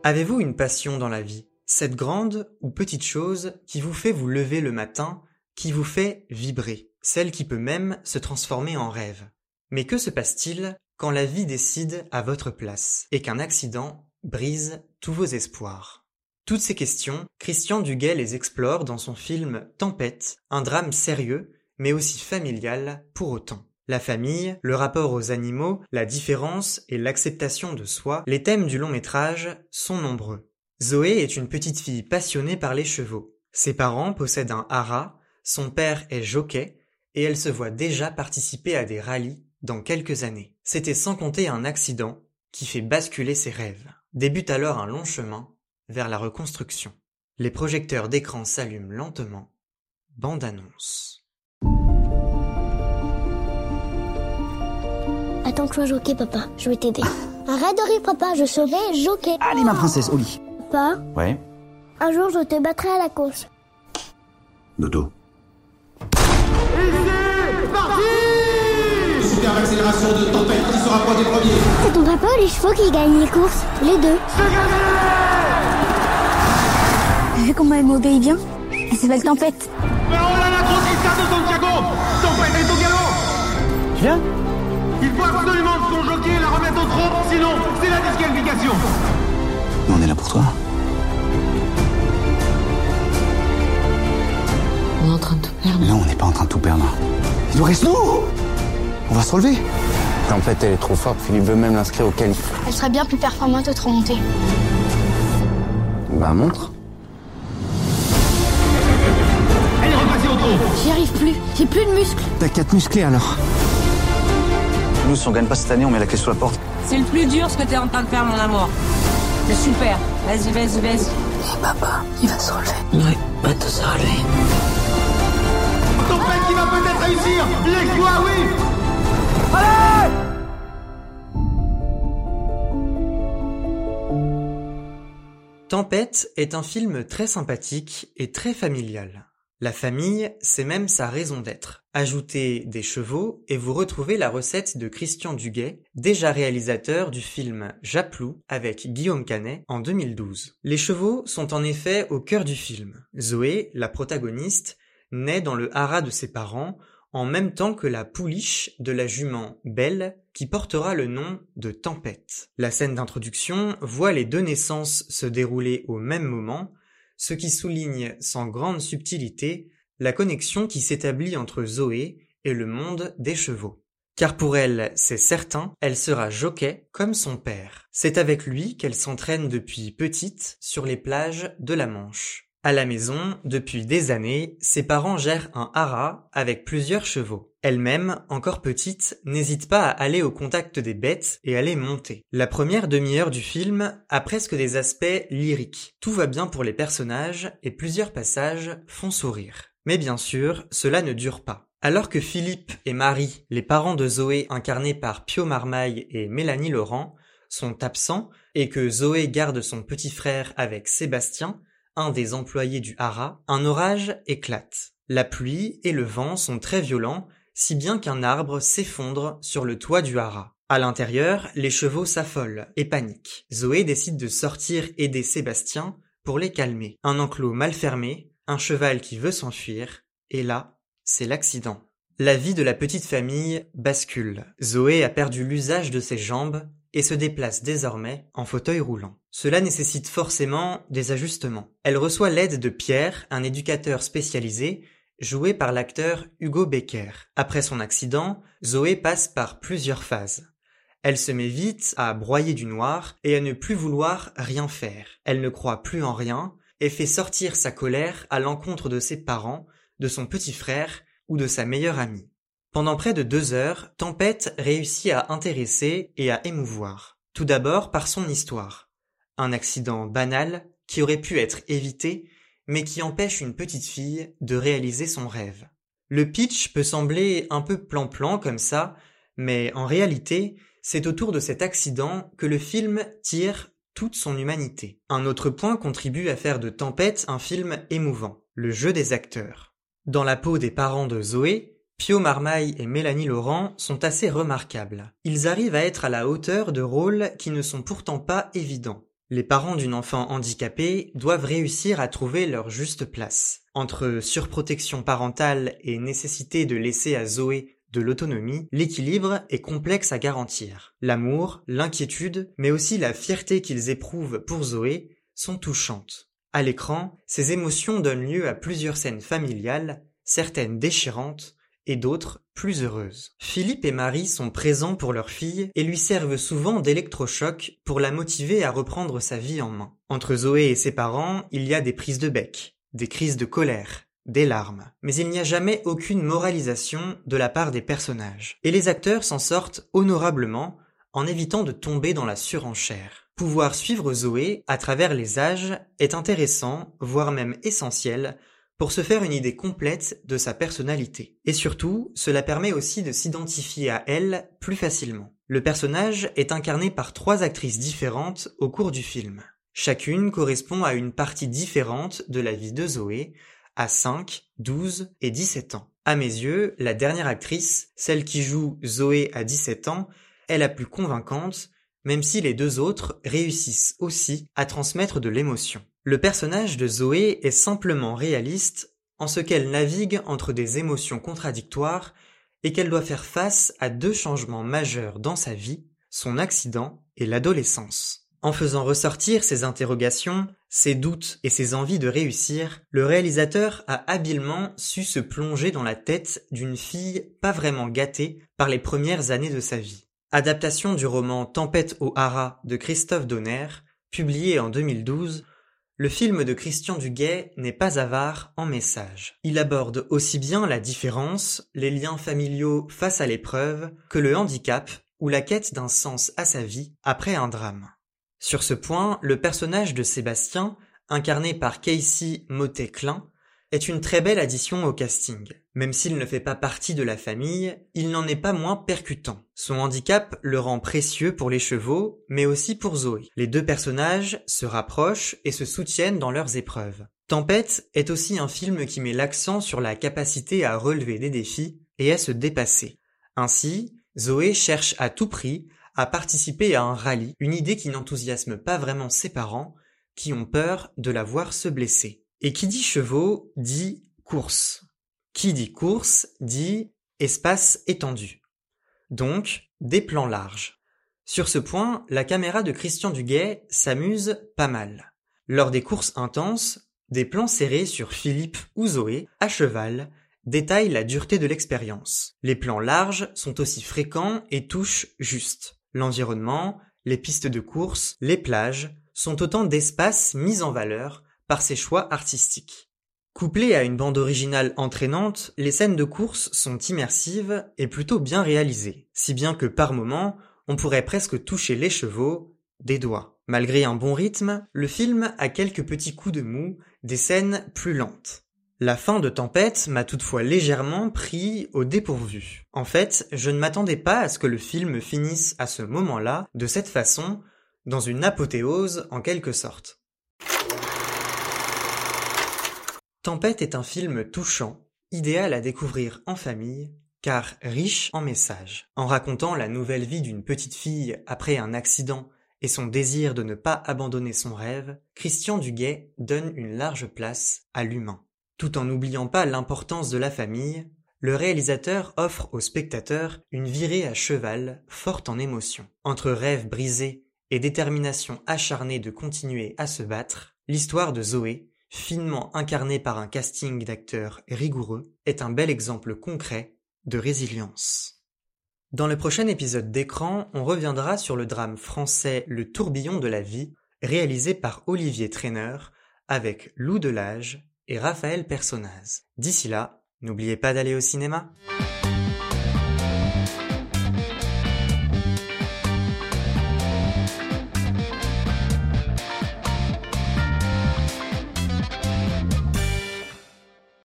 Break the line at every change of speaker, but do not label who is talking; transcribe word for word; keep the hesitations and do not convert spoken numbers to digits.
Avez-vous une passion dans la vie? Cette grande ou petite chose qui vous fait vous lever le matin, qui vous fait vibrer, celle qui peut même se transformer en rêve. Mais que se passe-t-il quand la vie décide à votre place et qu'un accident brise tous vos espoirs? Toutes ces questions, Christian Duguay les explore dans son film Tempête, un drame sérieux mais aussi familial pour autant. La famille, le rapport aux animaux, la différence et l'acceptation de soi, les thèmes du long métrage sont nombreux. Zoé est une petite fille passionnée par les chevaux. Ses parents possèdent un haras, son père est jockey et elle se voit déjà participer à des rallyes dans quelques années. C'était sans compter un accident qui fait basculer ses rêves. Débute alors un long chemin vers la reconstruction. Les projecteurs d'écran s'allument lentement. Bande-annonce.
Attends que je sois jockey, papa. Je vais t'aider. Arrête de rire, papa. Je serai jockey.
Allez, ma princesse, au lit.
Papa,
Ouais.
un jour, je te battrai à la course.
Dodo.
Super accélération de Tempête qui se rapproche des premiers.
C'est ton papa ou les chevaux qui gagnent les courses? Les deux. T'as vu comment elle m'obéit bien? Elle s'appelle Tempête.
Mais oh là la grosse histoire de Santiago. Tempête est au galop.
Tu viens?
Il faut absolument que son jockey la remette au trot, sinon c'est la disqualification.
Nous, on est là pour toi.
On est en train de tout perdre.
Non, on n'est pas en train de tout perdre. Il nous reste nous. On va se relever.
Tempête, elle est trop forte. Philippe veut même l'inscrire au qualif.
Elle serait bien plus performante au remontée.
Bah, montre.
Elle est repassée au trot.
J'y arrive plus. J'ai plus de muscles.
T'as quatre musclés alors. Nous, si on gagne pas cette année, on met la clé sous la porte.
C'est le plus dur ce que t'es en train de faire, mon amour. C'est super. Vas-y, vas-y, vas-y. Et papa, il va se relever. Oui, va tout se relever.
Tempête qui va peut-être réussir. L'exploit, oui.
Tempête est un film très sympathique et très familial. La famille, c'est même sa raison d'être. Ajoutez des chevaux et vous retrouvez la recette de Christian Duguay, déjà réalisateur du film Japlou avec Guillaume Canet en deux mille douze. Les chevaux sont en effet au cœur du film. Zoé, la protagoniste, naît dans le haras de ses parents en même temps que la pouliche de la jument Belle qui portera le nom de Tempête. La scène d'introduction voit les deux naissances se dérouler au même moment, ce qui souligne sans grande subtilité la connexion qui s'établit entre Zoé et le monde des chevaux. Car pour elle, c'est certain, elle sera jockey comme son père. C'est avec lui qu'elle s'entraîne depuis petite sur les plages de la Manche. À la maison, depuis des années, ses parents gèrent un haras avec plusieurs chevaux. Elle-même, encore petite, n'hésite pas à aller au contact des bêtes et à les monter. La première demi-heure du film a presque des aspects lyriques. Tout va bien pour les personnages et plusieurs passages font sourire. Mais bien sûr, cela ne dure pas. Alors que Philippe et Marie, les parents de Zoé incarnés par Pio Marmaille et Mélanie Laurent, sont absents et que Zoé garde son petit frère avec Sébastien, un des employés du haras, un orage éclate. La pluie et le vent sont très violents, si bien qu'un arbre s'effondre sur le toit du haras. À l'intérieur, les chevaux s'affolent et paniquent. Zoé décide de sortir aider Sébastien pour les calmer. Un enclos mal fermé, un cheval qui veut s'enfuir, et là, c'est l'accident. La vie de la petite famille bascule. Zoé a perdu l'usage de ses jambes et se déplace désormais en fauteuil roulant. Cela nécessite forcément des ajustements. Elle reçoit l'aide de Pierre, un éducateur spécialisé, joué par l'acteur Hugo Becker. Après son accident, Zoé passe par plusieurs phases. Elle se met vite à broyer du noir et à ne plus vouloir rien faire. Elle ne croit plus en rien et fait sortir sa colère à l'encontre de ses parents, de son petit frère ou de sa meilleure amie. Pendant près de deux heures, Tempête réussit à intéresser et à émouvoir. Tout d'abord par son histoire. Un accident banal qui aurait pu être évité, mais qui empêche une petite fille de réaliser son rêve. Le pitch peut sembler un peu plan-plan comme ça, mais en réalité, c'est autour de cet accident que le film tire toute son humanité. Un autre point contribue à faire de Tempête un film émouvant, le jeu des acteurs. Dans la peau des parents de Zoé, Pio Marmaille et Mélanie Laurent sont assez remarquables. Ils arrivent à être à la hauteur de rôles qui ne sont pourtant pas évidents. Les parents d'une enfant handicapée doivent réussir à trouver leur juste place. Entre surprotection parentale et nécessité de laisser à Zoé de l'autonomie, l'équilibre est complexe à garantir. L'amour, l'inquiétude, mais aussi la fierté qu'ils éprouvent pour Zoé sont touchantes. À l'écran, ces émotions donnent lieu à plusieurs scènes familiales, certaines déchirantes et d'autres plus heureuses. Philippe et Marie sont présents pour leur fille et lui servent souvent d'électrochoc pour la motiver à reprendre sa vie en main. Entre Zoé et ses parents, il y a des prises de bec, des crises de colère, des larmes. Mais il n'y a jamais aucune moralisation de la part des personnages. Et les acteurs s'en sortent honorablement en évitant de tomber dans la surenchère. Pouvoir suivre Zoé à travers les âges est intéressant, voire même essentiel, pour se faire une idée complète de sa personnalité. Et surtout, cela permet aussi de s'identifier à elle plus facilement. Le personnage est incarné par trois actrices différentes au cours du film. Chacune correspond à une partie différente de la vie de Zoé, à cinq, douze et dix-sept ans. À mes yeux, la dernière actrice, celle qui joue Zoé à dix-sept ans, est la plus convaincante, même si les deux autres réussissent aussi à transmettre de l'émotion. Le personnage de Zoé est simplement réaliste en ce qu'elle navigue entre des émotions contradictoires et qu'elle doit faire face à deux changements majeurs dans sa vie, son accident et l'adolescence. En faisant ressortir ses interrogations, ses doutes et ses envies de réussir, le réalisateur a habilement su se plonger dans la tête d'une fille pas vraiment gâtée par les premières années de sa vie. Adaptation du roman Tempête au Haras de Christophe Donner, publié en deux mille douze, le film de Christian Duguay n'est pas avare en messages. Il aborde aussi bien la différence, les liens familiaux face à l'épreuve, que le handicap ou la quête d'un sens à sa vie après un drame. Sur ce point, le personnage de Sébastien, incarné par Casey Motet-Klein, est une très belle addition au casting. Même s'il ne fait pas partie de la famille, il n'en est pas moins percutant. Son handicap le rend précieux pour les chevaux, mais aussi pour Zoé. Les deux personnages se rapprochent et se soutiennent dans leurs épreuves. Tempête est aussi un film qui met l'accent sur la capacité à relever des défis et à se dépasser. Ainsi, Zoé cherche à tout prix à participer à un rallye, une idée qui n'enthousiasme pas vraiment ses parents, qui ont peur de la voir se blesser. Et qui dit chevaux dit course. Qui dit course dit espace étendu. Donc, des plans larges. Sur ce point, la caméra de Christian Duguay s'amuse pas mal. Lors des courses intenses, des plans serrés sur Philippe ou Zoé, à cheval, détaillent la dureté de l'expérience. Les plans larges sont aussi fréquents et touchent juste. L'environnement, les pistes de course, les plages sont autant d'espaces mis en valeur par ses choix artistiques. Couplées à une bande originale entraînante, les scènes de course sont immersives et plutôt bien réalisées, si bien que par moments, on pourrait presque toucher les chevaux des doigts. Malgré un bon rythme, le film a quelques petits coups de mou, des scènes plus lentes. La fin de Tempête m'a toutefois légèrement pris au dépourvu. En fait, je ne m'attendais pas à ce que le film finisse à ce moment-là, de cette façon, dans une apothéose en quelque sorte. Tempête est un film touchant, idéal à découvrir en famille, car riche en messages. En racontant la nouvelle vie d'une petite fille après un accident et son désir de ne pas abandonner son rêve, Christian Duguay donne une large place à l'humain. Tout en n'oubliant pas l'importance de la famille, le réalisateur offre au spectateur une virée à cheval forte en émotions. Entre rêves brisés et détermination acharnée de continuer à se battre, l'histoire de Zoé, finement incarnée par un casting d'acteurs rigoureux, est un bel exemple concret de résilience. Dans le prochain épisode d'Écran, on reviendra sur le drame français Le tourbillon de la vie, réalisé par Olivier Trayneur, avec Lou Delage et Raphaël Personnaz. D'ici là, n'oubliez pas d'aller au cinéma.